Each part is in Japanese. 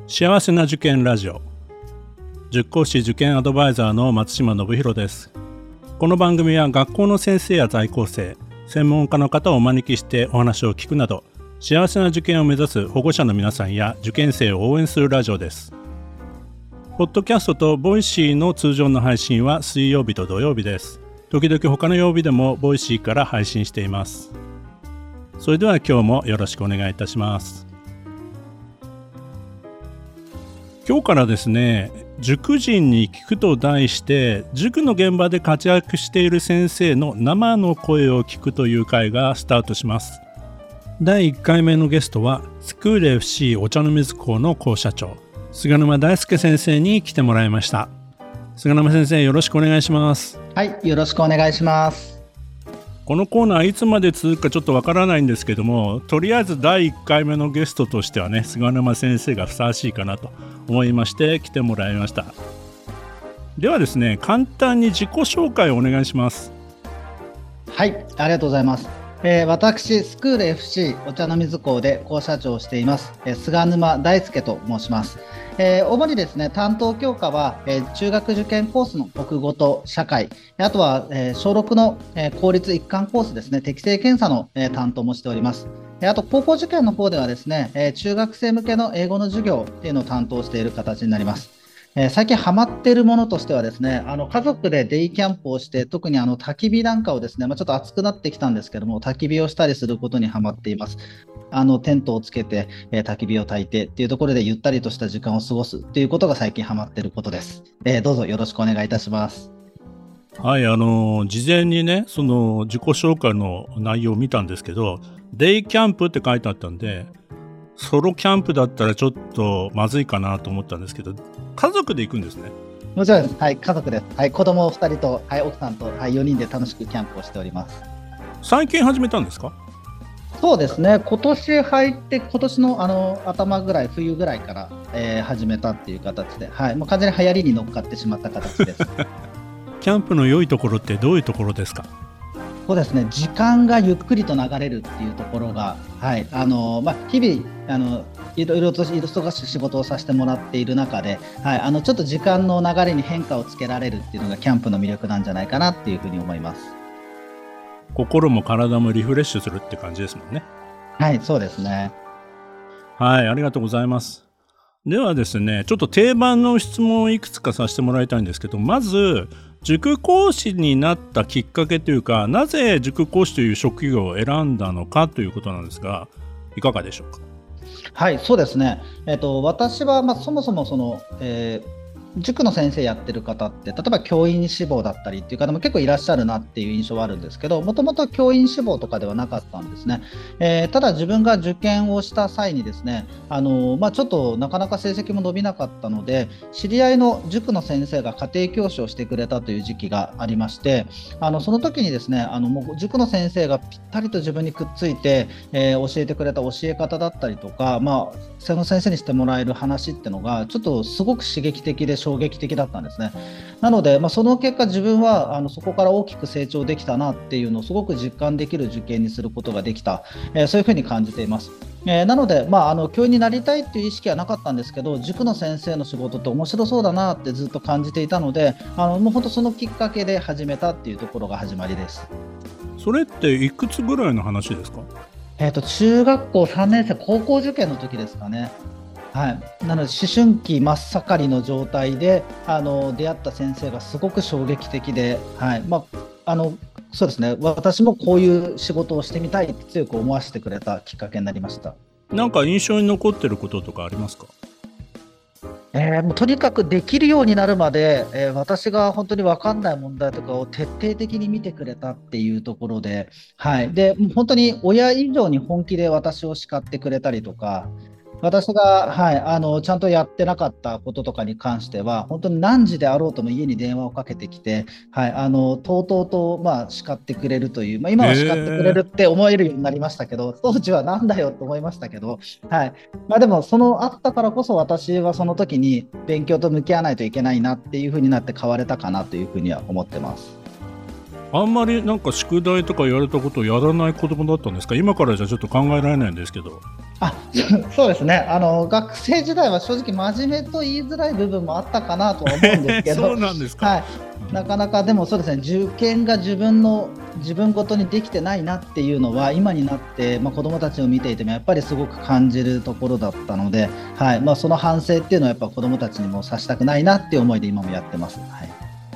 幸せな受験ラジオ、塾講師受験アドバイザーの松島信弘です。この番組は学校の先生や在校生、専門家の方をお招きしてお話を聞くなど、幸せな受験を目指す保護者の皆さんや受験生を応援するラジオです。ポッドキャストとボイシーの通常の配信は水曜日と土曜日です。時々他の曜日でもボイシーから配信しています。それでは今日もよろしくお願いいたします。今日からですね、塾人に聞くと題して塾の現場で活躍している先生の生の声を聞くという回がスタートします。第1回目のゲストはスクール FC お茶の水校の校舎長、菅沼大輔先生に来てもらいました。菅沼先生、よろしくお願いします。 はい、よろしくお願いします。 このコーナーいつまで続くかちょっとわからないんですけども、とりあえず第1回目のゲストとしてはね、菅沼先生がふさわしいかなと思いまして来てもらいました。ではですね、簡単に自己紹介をお願いします。 はい、ありがとうございます。私スクール FC お茶の水校で校舎長をしています、菅沼大輔と申します。主にですね、担当教科は、中学受験コースの国語と社会、あとは、小6の、公立一貫コースですね、適正検査の、担当もしております。あと高校受験の方ではですね、中学生向けの英語の授業っていうのを担当している形になります。最近ハマっているものとしてはですね、家族でデイキャンプをして、特に焚き火なんかをですね、ちょっと暑くなってきたんですけども、焚き火をしたりすることにハマっています。テントをつけて、焚き火を焚いてっていうところでゆったりとした時間を過ごすっていうことが最近ハマっていることです。どうぞよろしくお願いいたします。 はい、事前にね、その自己紹介の内容を見たんですけど、デイキャンプって書いてあったんで、ソロキャンプだったらちょっとまずいかなと思ったんですけど、家族で行くんですね。 もちろんです。はい、家族です。はい、子供2人と、はい、奥さんと、はい、4人で楽しくキャンプをしております。 最近始めたんですか？ そうですね、今年入って今年の、頭ぐらい冬ぐらいから、始めたっていう形で、はい、もう完全に流行りに乗っかってしまった形です。 キャンプの良いところってどういうところですか？ そうですね、時間がゆっくりと流れるっていうところが、はい、日々いろいろと忙しい仕事をさせてもらっている中で、はい、ちょっと時間の流れに変化をつけられるっていうのがキャンプの魅力なんじゃないかなっていうふうに思います。 心も体もリフレッシュするって感じですもんね。 はい、そうですね。 はい、ありがとうございます。ではですね、ちょっと定番の質問をいくつかさせてもらいたいんですけど、まず塾講師になったきっかけというか、なぜ塾講師という職業を選んだのかということなんですが、いかがでしょうか？ はい、そうですね。私は、そもそも塾の先生やってる方って、例えば教員志望だったりっていう方も結構いらっしゃるなっていう印象はあるんですけど、もともと教員志望とかではなかったんですね。ただ自分が受験をした際にですね、ちょっとなかなか成績も伸びなかったので、知り合いの塾の先生が家庭教師をしてくれたという時期がありまして、その時にですね、もう塾の先生がぴったりと自分にくっついて、教えてくれた教え方だったりとか、その先生にしてもらえる話っていうのがちょっとすごく刺激的で衝撃的だったんですね。なので、その結果自分はそこから大きく成長できたなっていうのをすごく実感できる受験にすることができた、そういうふうに感じています。なので、教員になりたいっていう意識はなかったんですけど、塾の先生の仕事って面白そうだなってずっと感じていたので、もう本当そのきっかけで始めたっていうところが始まりです。 それっていくつぐらいの話ですか？ 中学校3年生高校受験の時ですかね。はい、なので思春期真っ盛りの状態で出会った先生がすごく衝撃的で、はい、そうですね、私もこういう仕事をしてみたいって強く思わせてくれたきっかけになりました。 なんか印象に残ってることとかありますか？ もうとにかくできるようになるまで、私が本当に分かんない問題とかを徹底的に見てくれたっていうところで、はい、でもう本当に親以上に本気で私を叱ってくれたりとか、私が、はい、ちゃんとやってなかったこととかに関しては本当に何時であろうとも家に電話をかけてきて、はい、とうとうと、叱ってくれるという、今は叱ってくれるって思えるようになりましたけど、当時はなんだよと思いましたけど、はい、でもあったからこそ私はその時に勉強と向き合わないといけないなっていう風になって変われたかなというふうには思ってます。 あんまりなんか宿題とか言われたことをやらない子供だったんですか？今からじゃちょっと考えられないんですけど。 あ、そうですね。学生時代は正直真面目と言いづらい部分もあったかなとは思うんですけど、 そうなんですか。 はい。なかなかでもそうですね、受験が自分ごとにできてないなっていうのは今になって、子どもたちを見ていてもやっぱりすごく感じるところだったので、はい。その反省っていうのはやっぱ子どもたちにもさしたくないなっていう思いで今もやってます。はい。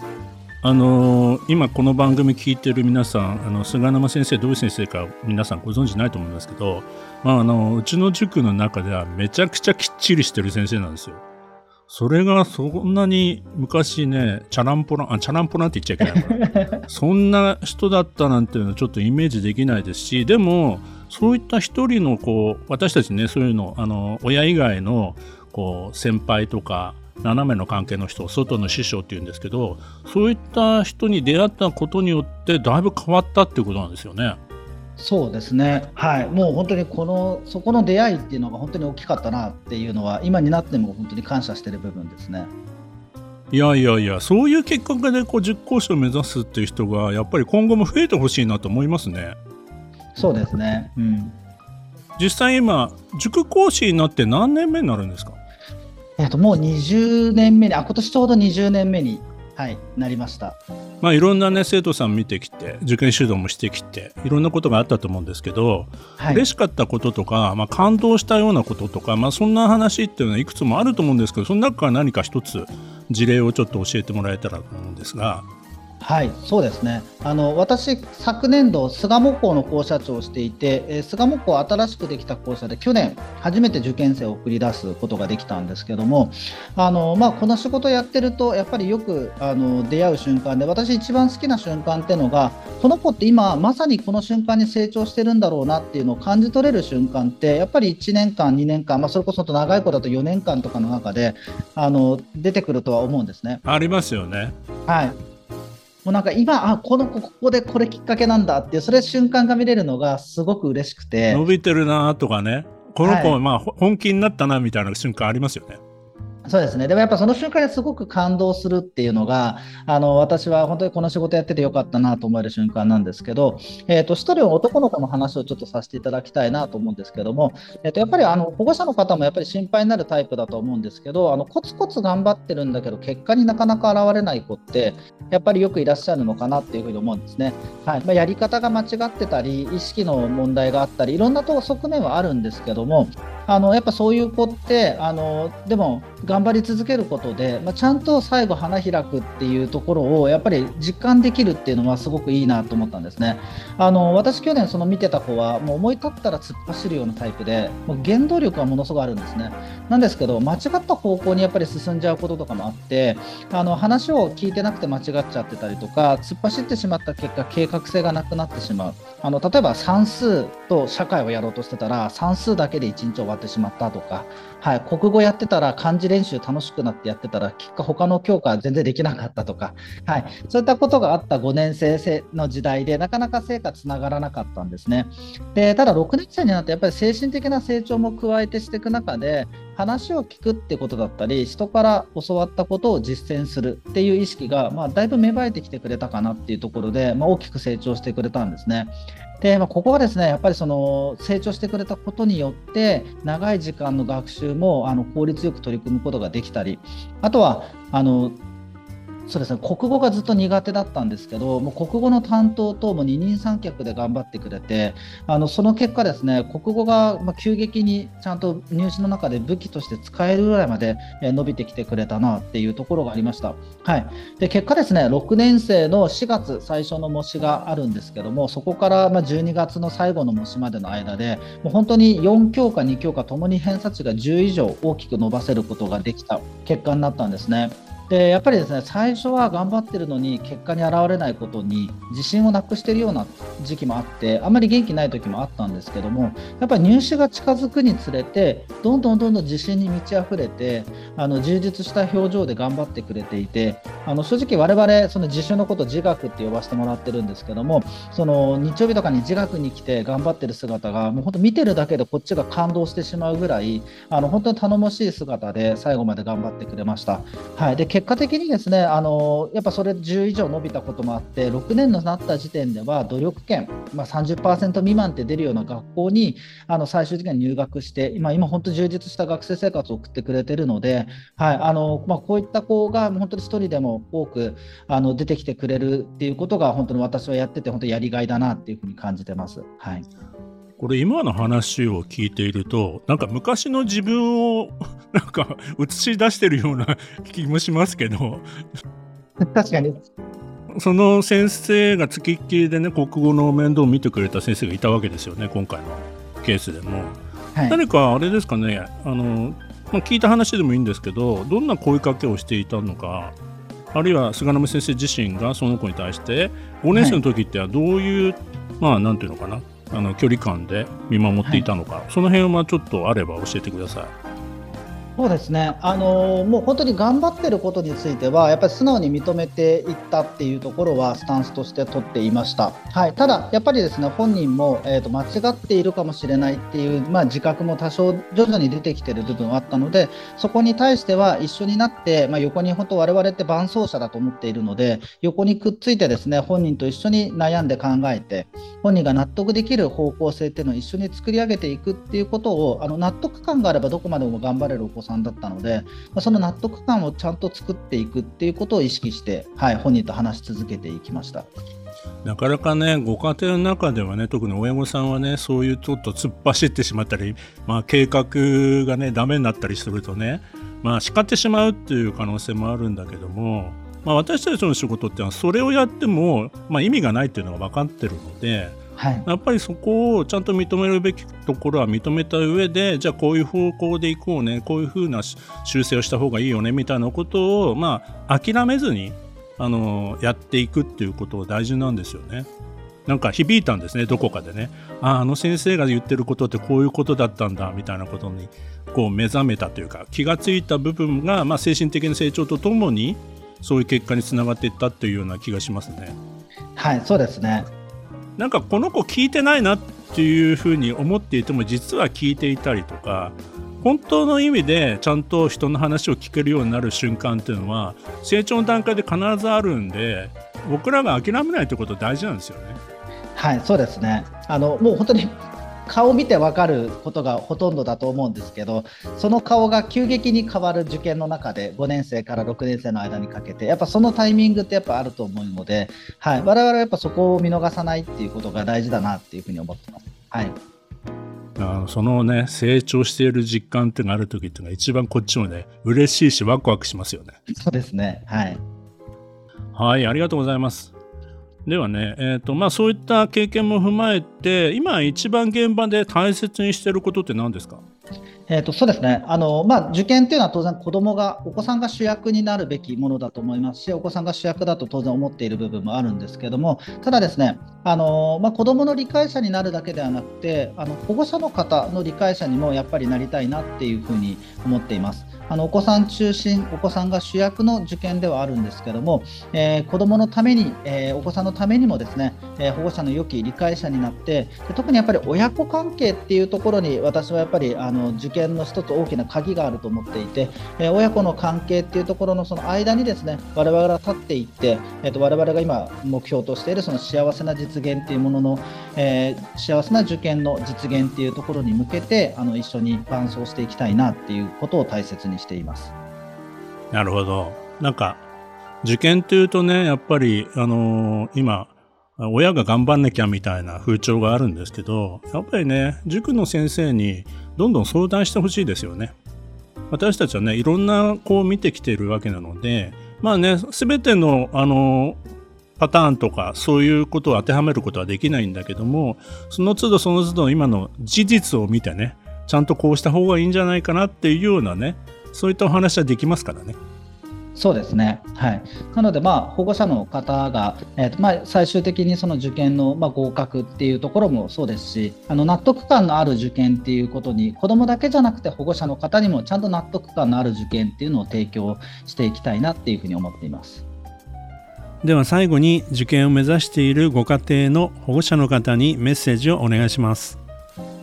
今この番組聞いてる皆さん、菅沼先生どういう先生か皆さんご存知ないと思いますけど、うちの塾の中ではめちゃくちゃきっちりしてる先生なんですよ。それがそんなに昔ね、チャランポランって言っちゃいけないからそんな人だったなんていうのはちょっとイメージできないですし、でもそういった一人の私たちね、そういうの親以外の先輩とか斜めの関係の人を外の師匠っていうんですけど、そういった人に出会ったことによってだいぶ変わったっていうことなんですよね。 そうですね。はい。もう本当にそこの出会いっていうのが本当に大きかったなっていうのは今になっても本当に感謝してる部分ですね。 いやいやいや、そういう結果で塾講師を目指すっていう人がやっぱり今後も増えてほしいなと思いますね。 そうですね。うん。 実際今塾講師になって何年目になるんですか？ もう20年目に、今年ちょうど20年目に、はい、なりました。 いろんなね生徒さん見てきて受験指導もしてきていろんなことがあったと思うんですけど、 はい、 嬉しかったこととか、感動したようなこととか、そんな話っていうのはいくつもあると思うんですけど、その中から何か一つ事例をちょっと教えてもらえたらと思うんですが。 はい、そうですね。私、昨年度、巣鴨校の校舎長をしていて、巣鴨校新しくできた校舎で、去年、初めて受験生を送り出すことができたんですけども、この仕事をやってると、やっぱりよく出会う瞬間で、私、一番好きな瞬間っていうのが、この子って今、まさにこの瞬間に成長してるんだろうなっていうのを感じ取れる瞬間って、やっぱり1年間、2年間、それこそ長い子だと4年間とかの中で出てくるとは思うんですね。 ありますよね。 はい。もうなんか今、この子ここでこれきっかけなんだっていう、それ瞬間が見れるのがすごく嬉しくて。 伸びてるなとかね、この子、 はい、 本気になったなみたいな瞬間ありますよね。 そうですね。でもやっぱその瞬間ですごく感動するっていうのが、私は本当にこの仕事やっててよかったなと思える瞬間なんですけど、一人男の子の話をちょっとさせていただきたいなと思うんですけども、やっぱり保護者の方もやっぱり心配になるタイプだと思うんですけど、コツコツ頑張ってるんだけど、結果になかなか現れない子って、やっぱりよくいらっしゃるのかなっていうふうに思うんですね。はい。やり方が間違ってたり、意識の問題があったり、いろんな側面はあるんですけども、やっぱそういう子ってでも頑張り続けることで、ちゃんと最後花開くっていうところをやっぱり実感できるっていうのはすごくいいなと思ったんですね。私去年その見てた子はもう思い立ったら突っ走るようなタイプで、もう原動力はものすごいあるんですね。なんですけど間違った方向にやっぱり進んじゃうこととかもあって、話を聞いてなくて間違っちゃってたりとか、突っ走ってしまった結果計画性がなくなってしまう。例えば算数と社会をやろうとしてたら算数だけで1日終わってしまったとか、はい、国語やってたら漢字練習楽しくなってやってたら結果他の教科は全然できなかったとか、はい、そういったことがあった5年生の時代でなかなか成果つながらなかったんですね。でただ6年生になってやっぱり精神的な成長も加えてしていく中で、話を聞くってことだったり人から教わったことを実践するっていう意識が、だいぶ芽生えてきてくれたかなっていうところで、大きく成長してくれたんですね。で、ここはですね、やっぱりその成長してくれたことによって長い時間の学習も効率よく取り組むことができたり、あとはそうですね、国語がずっと苦手だったんですけど、もう国語の担当とも二人三脚で頑張ってくれて、その結果ですね、国語が急激にちゃんと入試の中で武器として使えるぐらいまで伸びてきてくれたなっていうところがありました。はい。で、結果ですね、6年生の4月最初の模試があるんですけども、そこから12月の最後の模試までの間で、もう本当に4教科2教科ともに偏差値が10以上大きく伸ばせることができた結果になったんですね。でやっぱりですね、最初は頑張ってるのに結果に現れないことに自信をなくしているような時期もあって、あんまり元気ない時もあったんですけども、やっぱり入試が近づくにつれてどんどん自信に満ち溢れて、充実した表情で頑張ってくれていて、正直我々その自習のことを自学って呼ばせてもらってるんですけども、その日曜日とかに自学に来て頑張ってる姿がもう本当見てるだけでこっちが感動してしまうぐらい、本当に頼もしい姿で最後まで頑張ってくれました。はい。で結果的にですね、やっぱそれ10以上伸びたこともあって、6年のなった時点では努力験、30% 未満って出るような学校に最終的には入学して、今本当に充実した学生生活を送ってくれているので、こういった子が本当に一人でも多く出てきてくれるっていうことが本当に私はやってて本当にやりがいだなっていうふうに感じてます。はい、 これ今の話を聞いているとなんか昔の自分をなんか映し出してるような気もしますけど確かにその先生が付きっきりでね国語の面倒を見てくれた先生がいたわけですよね、今回のケースでも。はい、何かあれですかね、聞いた話でもいいんですけど、どんな声かけをしていたのか、あるいは菅波先生自身がその子に対して5年生の時ってはどういう、なんていうのかな、距離感で見守っていたのか、その辺はちょっとあれば教えてください。 そうですね、もう本当に頑張ってることについてはやっぱり素直に認めていったっていうところはスタンスとして取っていました。はい、ただやっぱりですね、本人も、間違っているかもしれないっていう、自覚も多少徐々に出てきている部分はあったので、そこに対しては一緒になって、横に本当我々って伴走者だと思っているので、横にくっついてですね、本人と一緒に悩んで考えて本人が納得できる方向性っていうのを一緒に作り上げていくっていうことを納得感があればどこまでも頑張れるお子さんだったので、その納得感をちゃんと作っていくっていうことを意識して、本人と話し続けていきました。 なかなかね、ご家庭の中ではね、特に親御さんはね、そういうちょっと突っ走ってしまったり、計画がねダメになったりするとね、叱ってしまうっていう可能性もあるんだけども、私たちの仕事ってのはそれをやっても、意味がないっていうのが分かってるので、やっぱりそこをちゃんと認めるべきところは認めた上で、じゃあこういう方向でいこうね、こういう風な修正をした方がいいよねみたいなことを諦めずにやっていくっていうことが大事なんですよね。なんか響いたんですね、どこかでね。先生が言ってることってこういうことだったんだみたいなことにこう目覚めたというか、気がついた部分が、精神的な成長とともにそういう結果につながっていったっていうような気がしますね。 はい、そうですね。 なんかこの子聞いてないなっていうふうに思っていても実は聞いていたりとか、本当の意味でちゃんと人の話を聞けるようになる瞬間っていうのは成長の段階で必ずあるんで、僕らが諦めないということ大事なんですよね。 はい、そうですね。もう本当に顔を見て分かることがほとんどだと思うんですけど、その顔が急激に変わる受験の中で5年生から6年生の間にかけてやっぱそのタイミングってやっぱあると思うので、我々はやっぱそこを見逃さないっていうことが大事だなっていうふうに思ってます。はい、 そのね、成長している実感っていうのがある時っていうのが一番こっちもね嬉しいしワクワクしますよね。 そうですね。はい、 はい、ありがとうございます。ではね、そういった経験も踏まえて今一番現場で大切にしていることって何ですか？ そうですね、受験というのは当然お子さんが主役になるべきものだと思いますし、お子さんが主役だと当然思っている部分もあるんですけども、ただですね、子どもの理解者になるだけではなくて保護者の方の理解者にもやっぱりなりたいなっていうふうに思っています。お子さん中心、お子さんが主役の受験ではあるんですけども、子どものために、お子さんのためにもですね、保護者の良き理解者になって、特にやっぱり親子関係っていうところに私はやっぱり受験の一つ大きな鍵があると思っていて、親子の関係っていうところのその間にですね、我々が立っていって、我々が今目標としているその幸せな実現っていうものの、幸せな受験の実現っていうところに向けて一緒に伴走していきたいなっていうことを大切にしています。 なるほど。なんか受験というとね、やっぱり今親が頑張んなきゃみたいな風潮があるんですけど、やっぱりね、塾の先生にどんどん相談してほしいですよね。私たちはね、いろんな子を見てきているわけなので、全てのパターンとかそういうことを当てはめることはできないんだけども、その都度その都度今の事実を見てね、ちゃんとこうした方がいいんじゃないかなっていうようなね、そういったお話はできますからね。 そうですね。はい。なので保護者の方が、最終的にその受験の合格っていうところもそうですし、納得感のある受験っていうことに子どもだけじゃなくて保護者の方にもちゃんと納得感のある受験っていうのを提供していきたいなっていうふうに思っています。 では最後に受験を目指しているご家庭の保護者の方にメッセージをお願いします。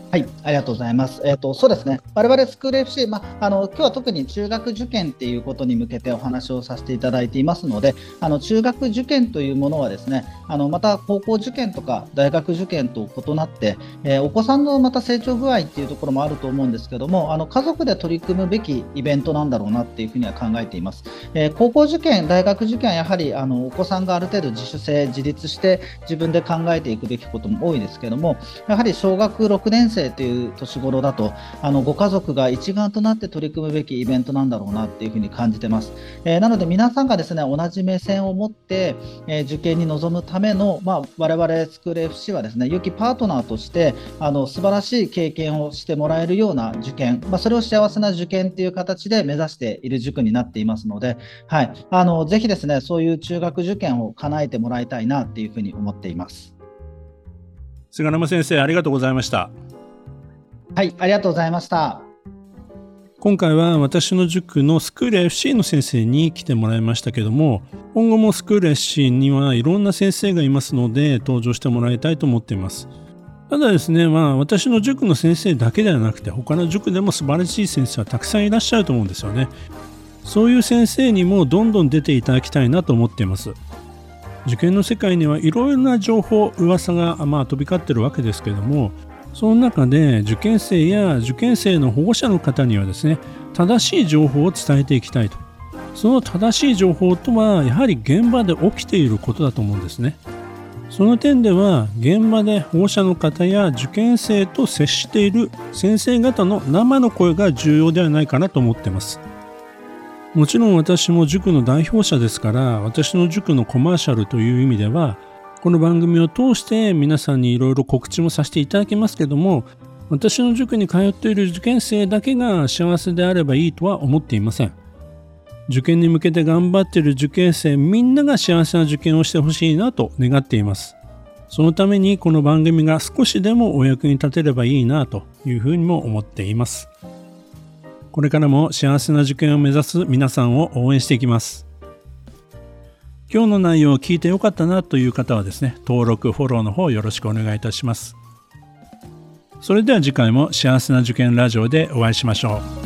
はい、ありがとうございます。そうですね。我々スクール FC、今日は特に中学受験っていうことに向けてお話をさせていただいていますので、中学受験というものはですね、また高校受験とか大学受験と異なって、お子さんのまた成長具合っていうところもあると思うんですけども、家族で取り組むべきイベントなんだろうなっていうふうには考えています。高校受験、大学受験はやはりお子さんがある程度自主性、自立して自分で考えていくべきことも多いですけども、やはり小学6年生という年頃だとご家族が一丸となって取り組むべきイベントなんだろうなっていうふうに感じてます。なので皆さんがですね、同じ目線を持って、受験に臨むための、我々スクール FC はですね、良きパートナーとして素晴らしい経験をしてもらえるような受験、それを幸せな受験っていう形で目指している塾になっていますので、はい、ぜひですね、そういう中学受験を叶えてもらいたいなっていうふうに思っています。 菅沼先生、ありがとうございました。 はい、ありがとうございました。 今回は私の塾のスクール FC の先生に来てもらいましたけども、今後もスクール FC にはいろんな先生がいますので登場してもらいたいと思っています。ただですね、私の塾の先生だけではなくて他の塾でも素晴らしい先生はたくさんいらっしゃると思うんですよね。そういう先生にもどんどん出ていただきたいなと思っています。受験の世界にはいろいろな情報、噂が飛び交ってるわけですけども、その中で受験生や受験生の保護者の方にはですね、正しい情報を伝えていきたいと。その正しい情報とはやはり現場で起きていることだと思うんですね。その点では現場で保護者の方や受験生と接している先生方の生の声が重要ではないかなと思っています。もちろん私も塾の代表者ですから、私の塾のコマーシャルという意味ではこの番組を通して皆さんにいろいろ告知もさせていただきますけども、私の塾に通っている受験生だけが幸せであればいいとは思っていません。受験に向けて頑張っている受験生みんなが幸せな受験をしてほしいなと願っています。そのためにこの番組が少しでもお役に立てればいいなというふうにも思っています。これからも幸せな受験を目指す皆さんを応援していきます。今日の内容を聞いてよかったなという方はですね、登録、フォローの方よろしくお願いいたします。それでは次回も幸せな受験ラジオでお会いしましょう。